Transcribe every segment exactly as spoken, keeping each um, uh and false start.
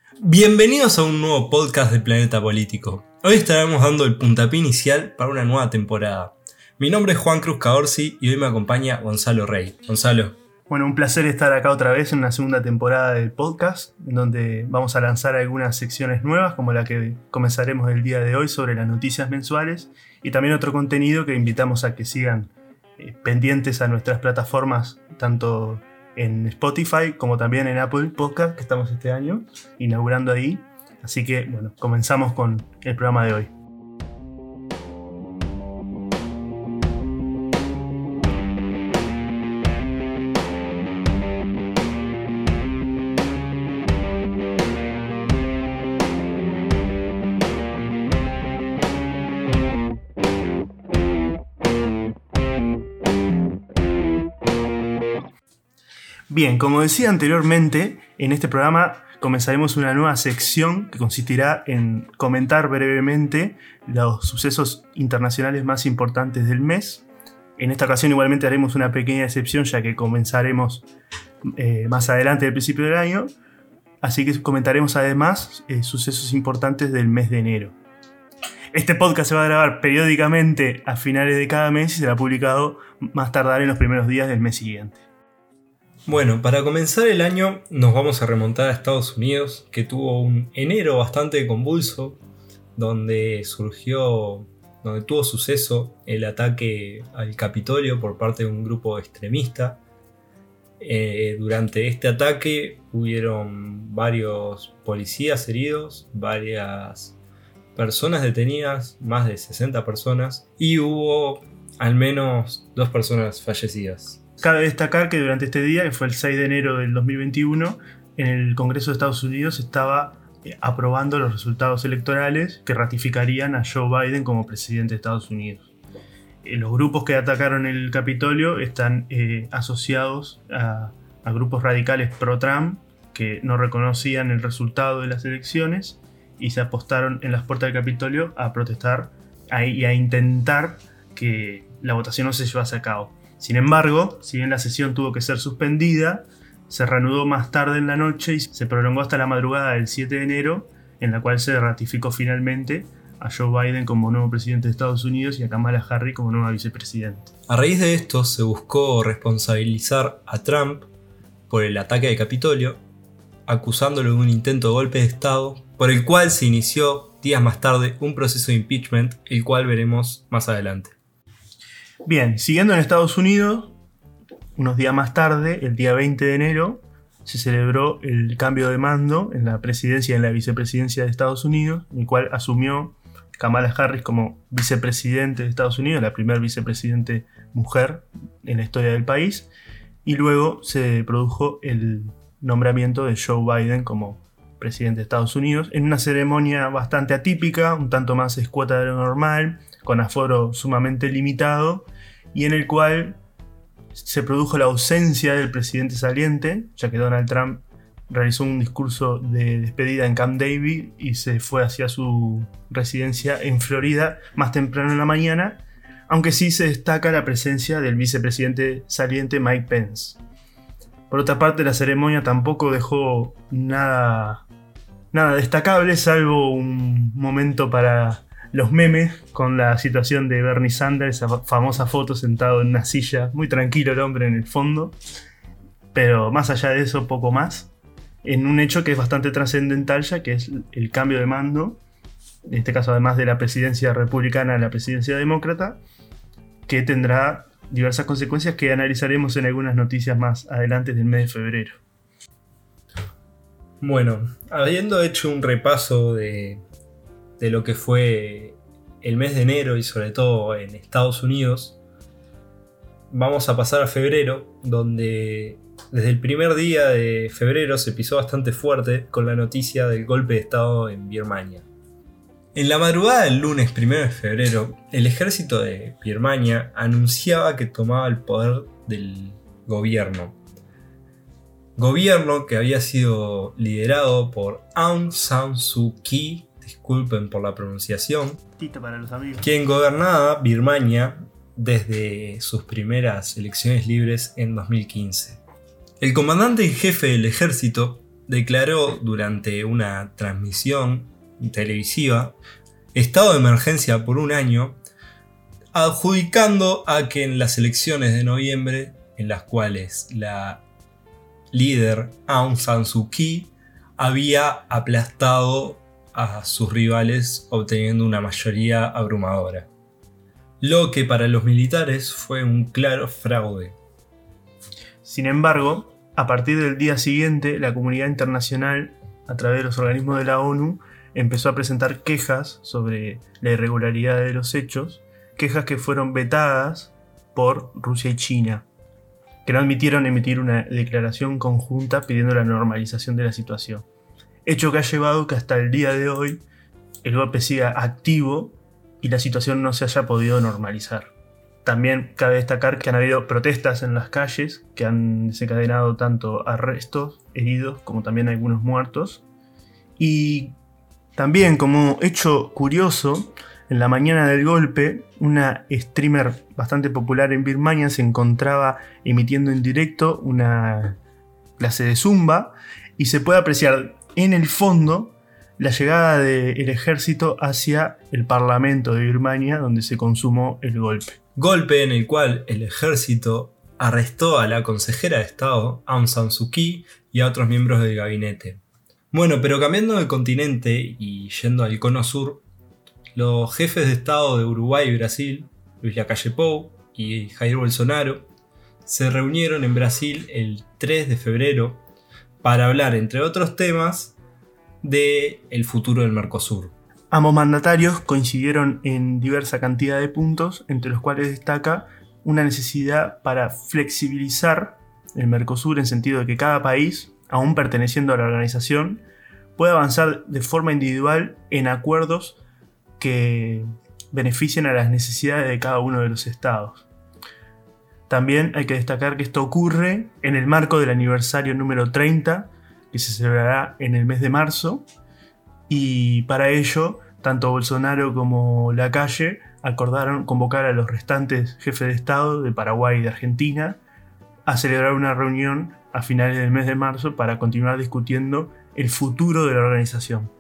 Bienvenidos a un nuevo podcast de Planeta Político. Hoy estaremos dando el puntapié inicial para una nueva temporada. Mi nombre es Juan Cruz Caorsi y hoy me acompaña Gonzalo Rey. Gonzalo. Bueno, un placer estar acá otra vez en una segunda temporada del podcast, en donde vamos a lanzar algunas secciones nuevas, como la que comenzaremos el día de hoy sobre las noticias mensuales, y también otro contenido que invitamos a que sigan eh, pendientes a nuestras plataformas, tanto en Spotify como también en Apple Podcast, que estamos este año inaugurando ahí. Así que, bueno, comenzamos con el programa de hoy. Bien, como decía anteriormente, en este programa comenzaremos una nueva sección que consistirá en comentar brevemente los sucesos internacionales más importantes del mes. En esta ocasión igualmente haremos una pequeña excepción, ya que comenzaremos eh, más adelante del principio del año, así que comentaremos además eh, sucesos importantes del mes de enero. Este podcast se va a grabar periódicamente a finales de cada mes y será publicado más tardar en los primeros días del mes siguiente. Bueno, para comenzar el año nos vamos a remontar a Estados Unidos, que tuvo un enero bastante convulso, donde surgió, donde tuvo suceso el ataque al Capitolio por parte de un grupo extremista. Eh, durante este ataque hubieron varios policías heridos, varias personas detenidas, más de sesenta personas, y hubo al menos dos personas fallecidas. Cabe destacar que durante este día, que fue el seis de enero del dos mil veintiuno, en el Congreso de Estados Unidos estaba eh, aprobando los resultados electorales que ratificarían a Joe Biden como presidente de Estados Unidos. Eh, los grupos que atacaron el Capitolio están eh, asociados a, a grupos radicales pro-Trump que no reconocían el resultado de las elecciones y se apostaron en las puertas del Capitolio a protestar a, y a intentar que la votación no se llevase a cabo. Sin embargo, si bien la sesión tuvo que ser suspendida, se reanudó más tarde en la noche y se prolongó hasta la madrugada del siete de enero, en la cual se ratificó finalmente a Joe Biden como nuevo presidente de Estados Unidos y a Kamala Harris como nueva vicepresidenta. A raíz de esto se buscó responsabilizar a Trump por el ataque al Capitolio, acusándolo de un intento de golpe de Estado, por el cual se inició días más tarde un proceso de impeachment, el cual veremos más adelante. Bien, siguiendo en Estados Unidos, unos días más tarde, el día veinte de enero, se celebró el cambio de mando en la presidencia y en la vicepresidencia de Estados Unidos, en el cual asumió Kamala Harris como vicepresidente de Estados Unidos, la primera vicepresidente mujer en la historia del país, y luego se produjo el nombramiento de Joe Biden como presidente de Estados Unidos, en una ceremonia bastante atípica, un tanto más escueta de lo normal, con aforo sumamente limitado, y en el cual se produjo la ausencia del presidente saliente, ya que Donald Trump realizó un discurso de despedida en Camp David y se fue hacia su residencia en Florida más temprano en la mañana, aunque sí se destaca la presencia del vicepresidente saliente Mike Pence. Por otra parte, la ceremonia tampoco dejó nada, nada destacable, salvo un momento para los memes con la situación de Bernie Sanders, esa famosa foto sentado en una silla, muy tranquilo el hombre en el fondo, pero más allá de eso, poco más, en un hecho que es bastante trascendental, ya que es el cambio de mando, en este caso además de la presidencia republicana a la presidencia demócrata, que tendrá diversas consecuencias que analizaremos en algunas noticias más adelante del mes de febrero. Bueno, habiendo hecho un repaso de, de lo que fue el mes de enero y sobre todo en Estados Unidos, vamos a pasar a febrero, donde desde el primer día de febrero se pisó bastante fuerte con la noticia del golpe de Estado en Birmania. En la madrugada del lunes primero de febrero, el ejército de Birmania anunciaba que tomaba el poder del gobierno. Gobierno que había sido liderado por Aung San Suu Kyi, disculpen por la pronunciación, Tito para los amigos, quien gobernaba Birmania desde sus primeras elecciones libres en dos mil quince. El comandante en jefe del ejército declaró durante una transmisión televisiva estado de emergencia por un año, adjudicando a que en las elecciones de noviembre, en las cuales la líder Aung San Suu Kyi había aplastado a sus rivales obteniendo una mayoría abrumadora, lo que para los militares fue un claro fraude. Sin embargo, a partir del día siguiente, la comunidad internacional, a través de los organismos de la ONU, empezó a presentar quejas sobre la irregularidad de los hechos, quejas que fueron vetadas por Rusia y China, que no admitieron emitir una declaración conjunta pidiendo la normalización de la situación. Hecho que ha llevado que hasta el día de hoy el golpe siga activo y la situación no se haya podido normalizar. También cabe destacar que han habido protestas en las calles que han desencadenado tanto arrestos, heridos, como también algunos muertos. Y también, como hecho curioso, en la mañana del golpe, una streamer bastante popular en Birmania se encontraba emitiendo en directo una clase de zumba y se puede apreciar en el fondo la llegada del ejército hacia el parlamento de Birmania, donde se consumó el golpe. Golpe en el cual el ejército arrestó a la consejera de Estado, Aung San Suu Kyi, y a otros miembros del gabinete. Bueno, pero cambiando de continente y yendo al cono sur, los jefes de Estado de Uruguay y Brasil, Luis Lacalle Pou y Jair Bolsonaro, se reunieron en Brasil el tres de febrero para hablar, entre otros temas, de el futuro del Mercosur. Ambos mandatarios coincidieron en diversa cantidad de puntos, entre los cuales destaca una necesidad para flexibilizar el Mercosur en sentido de que cada país, aún perteneciendo a la organización, pueda avanzar de forma individual en acuerdos que beneficien a las necesidades de cada uno de los estados. También hay que destacar que esto ocurre en el marco del aniversario número treinta, que se celebrará en el mes de marzo, y para ello, tanto Bolsonaro como Lacalle acordaron convocar a los restantes jefes de Estado de Paraguay y de Argentina a celebrar una reunión a finales del mes de marzo para continuar discutiendo el futuro de la organización.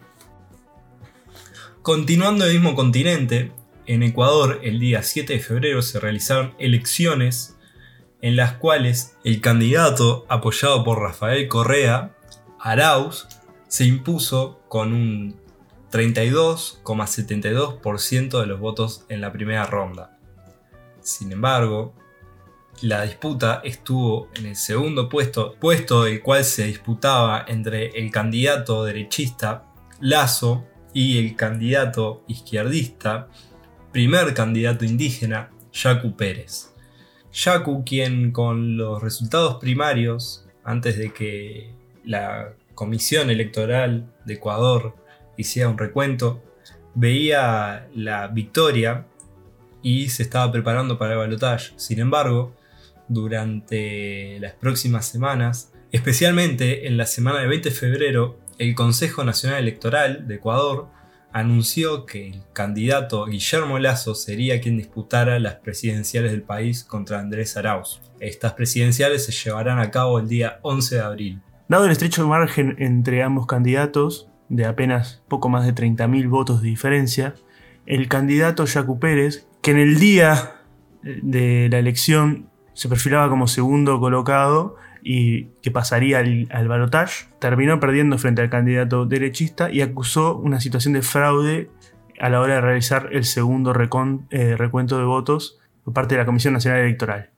Continuando en el mismo continente, en Ecuador el día siete de febrero se realizaron elecciones en las cuales el candidato apoyado por Rafael Correa, Arauz, se impuso con un treinta y dos coma setenta y dos por ciento de los votos en la primera ronda. Sin embargo, la disputa estuvo en el segundo puesto, puesto el cual se disputaba entre el candidato derechista Lasso y el candidato izquierdista, primer candidato indígena, Yacu Pérez. Yacu, quien con los resultados primarios, antes de que la Comisión Electoral de Ecuador hiciera un recuento, veía la victoria y se estaba preparando para el balotaje. Sin embargo, durante las próximas semanas, especialmente en la semana del veinte de febrero, el Consejo Nacional Electoral de Ecuador anunció que el candidato Guillermo Lasso sería quien disputara las presidenciales del país contra Andrés Arauz. Estas presidenciales se llevarán a cabo el día once de abril. Dado el estrecho margen entre ambos candidatos, de apenas poco más de treinta mil votos de diferencia, el candidato Yacu Pérez, que en el día de la elección se perfilaba como segundo colocado y que pasaría al, al balotaje, terminó perdiendo frente al candidato derechista y acusó una situación de fraude a la hora de realizar el segundo recon, eh, recuento de votos por parte de la Comisión Nacional Electoral.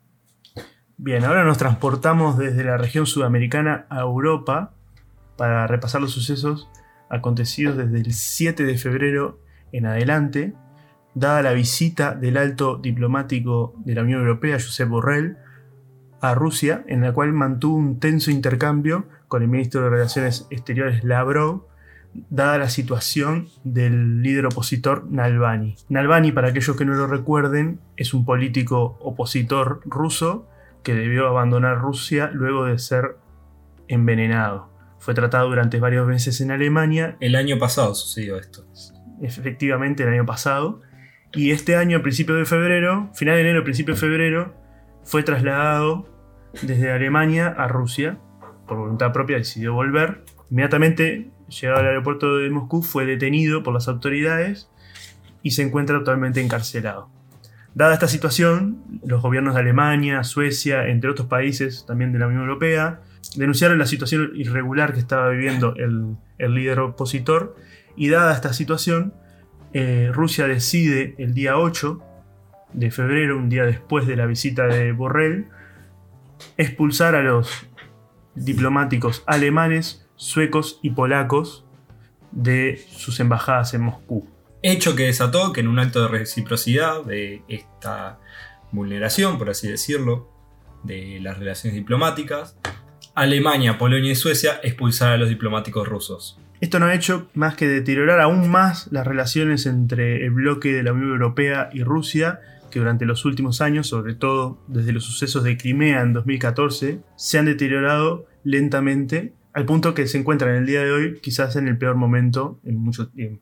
Bien, ahora nos transportamos desde la región sudamericana a Europa para repasar los sucesos acontecidos desde el siete de febrero en adelante, dada la visita del alto diplomático de la Unión Europea, Josep Borrell, a Rusia, en la cual mantuvo un tenso intercambio con el ministro de Relaciones Exteriores Lavrov, dada la situación del líder opositor Navalny. Navalny, para aquellos que no lo recuerden, es un político opositor ruso que debió abandonar Rusia luego de ser envenenado. Fue tratado durante varios meses en Alemania. El año pasado sucedió esto. Efectivamente, el año pasado. Y este año, a principios de febrero, final de enero, principio de febrero, fue trasladado desde Alemania a Rusia. por voluntad propia decidió volver. Inmediatamente, llegado al aeropuerto de Moscú, fue detenido por las autoridades y se encuentra actualmente encarcelado. Dada esta situación, los gobiernos de Alemania, Suecia, entre otros países también de la Unión Europea, denunciaron la situación irregular que estaba viviendo el, el líder opositor, y dada esta situación, eh, Rusia decide el día ocho de febrero, un día después de la visita de Borrell, expulsar a los diplomáticos alemanes, suecos y polacos de sus embajadas en Moscú. Hecho que desató que en un acto de reciprocidad de esta vulneración, por así decirlo, de las relaciones diplomáticas, Alemania, Polonia y Suecia expulsaron a los diplomáticos rusos. Esto no ha hecho más que deteriorar aún más las relaciones entre el bloque de la Unión Europea y Rusia, que durante los últimos años, sobre todo desde los sucesos de Crimea en dos mil catorce, se han deteriorado lentamente, al punto que se encuentran en el día de hoy quizás en el peor momento en mucho tiempo.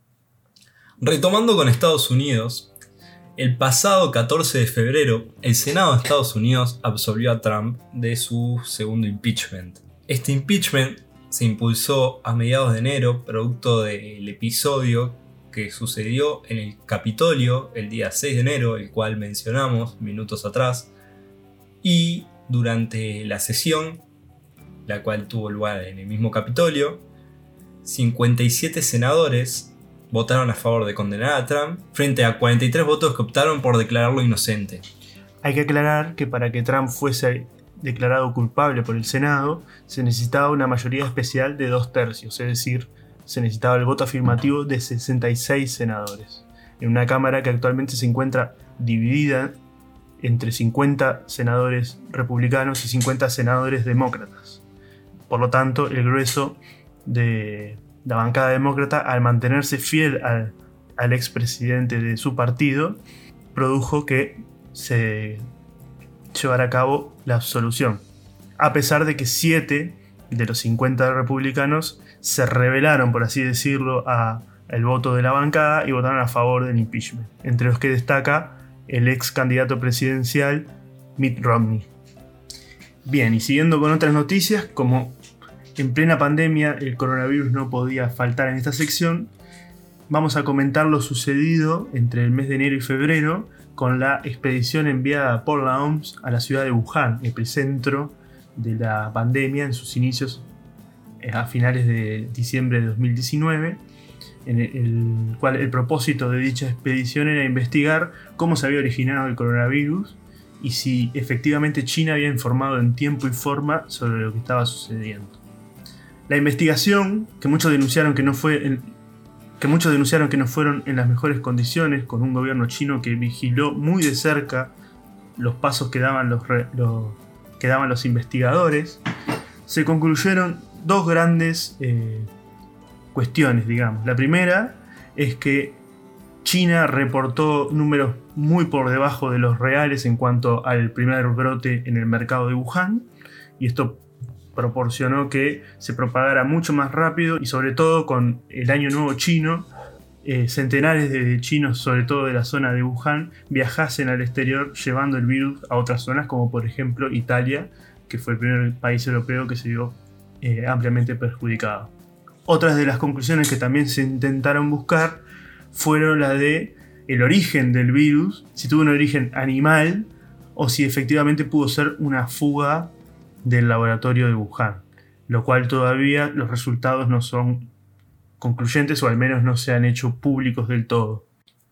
Retomando con Estados Unidos, el pasado catorce de febrero, el Senado de Estados Unidos absolvió a Trump de su segundo impeachment. Este impeachment se impulsó a mediados de enero, producto del episodio que sucedió en el Capitolio el día seis de enero, el cual mencionamos minutos atrás, y durante la sesión, la cual tuvo lugar en el mismo Capitolio, cincuenta y siete senadores votaron a favor de condenar a Trump frente a cuarenta y tres votos que optaron por declararlo inocente. Hay que aclarar que para que Trump fuese declarado culpable por el Senado, se necesitaba una mayoría especial de dos tercios, es decir, se necesitaba el voto afirmativo de sesenta y seis senadores, en una Cámara que actualmente se encuentra dividida entre cincuenta senadores republicanos y cincuenta senadores demócratas. Por lo tanto, el grueso de la bancada demócrata, al mantenerse fiel al, al expresidente de su partido, produjo que se llevara a cabo la absolución, a pesar de que siete de los cincuenta republicanos se rebelaron, por así decirlo, a el voto de la bancada y votaron a favor del impeachment, entre los que destaca el ex candidato presidencial Mitt Romney. Bien, y siguiendo con otras noticias, como en plena pandemia el coronavirus no podía faltar en esta sección, vamos a comentar lo sucedido entre el mes de enero y febrero con la expedición enviada por la O M S a la ciudad de Wuhan, epicentro de la pandemia en sus inicios a finales de diciembre de dos mil diecinueve, en el cual el propósito de dicha expedición era investigar cómo se había originado el coronavirus y si efectivamente China había informado en tiempo y forma sobre lo que estaba sucediendo. La investigación, que muchos denunciaron que no fue en, que muchos denunciaron que no fueron en las mejores condiciones, con un gobierno chino que vigiló muy de cerca los pasos que daban los, los, que daban los investigadores, se concluyeron dos grandes eh, cuestiones, digamos. La primera es que China reportó números muy por debajo de los reales en cuanto al primer brote en el mercado de Wuhan, y esto proporcionó que se propagara mucho más rápido, y sobre todo con el Año Nuevo Chino, eh, centenares de chinos, sobre todo de la zona de Wuhan, viajasen al exterior llevando el virus a otras zonas, como por ejemplo Italia, que fue el primer país europeo que se vio eh, ampliamente perjudicado. Otras de las conclusiones que también se intentaron buscar fueron la de el origen del virus, si tuvo un origen animal o si efectivamente pudo ser una fuga del laboratorio de Wuhan, lo cual todavía los resultados no son concluyentes, o al menos no se han hecho públicos del todo.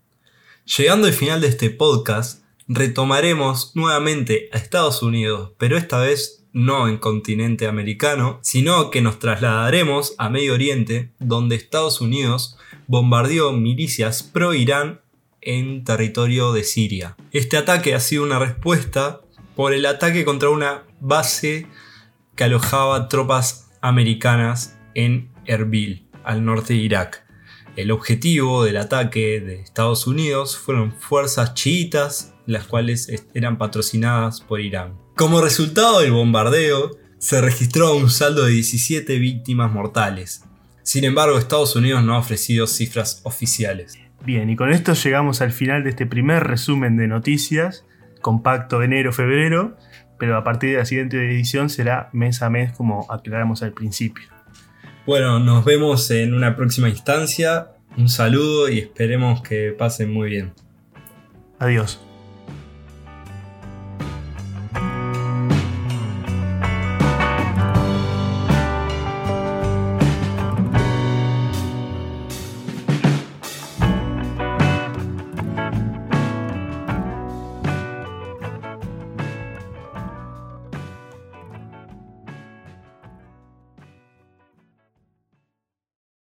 Llegando al final de este podcast, retomaremos nuevamente a Estados Unidos, pero esta vez no en continente americano, sino que nos trasladaremos a Medio Oriente, donde Estados Unidos bombardeó milicias pro-Irán en territorio de Siria. Este ataque ha sido una respuesta por el ataque contra una base que alojaba tropas americanas en Erbil, al norte de Irak. El objetivo del ataque de Estados Unidos fueron fuerzas chiitas, las cuales eran patrocinadas por Irán. Como resultado del bombardeo, se registró un saldo de diecisiete víctimas mortales. Sin embargo, Estados Unidos no ha ofrecido cifras oficiales. Bien, y con esto llegamos al final de este primer resumen de noticias, compacto enero-febrero, pero a partir de la siguiente edición será mes a mes como aclaramos al principio. Bueno, nos vemos en una próxima instancia. Un saludo y esperemos que pasen muy bien. Adiós.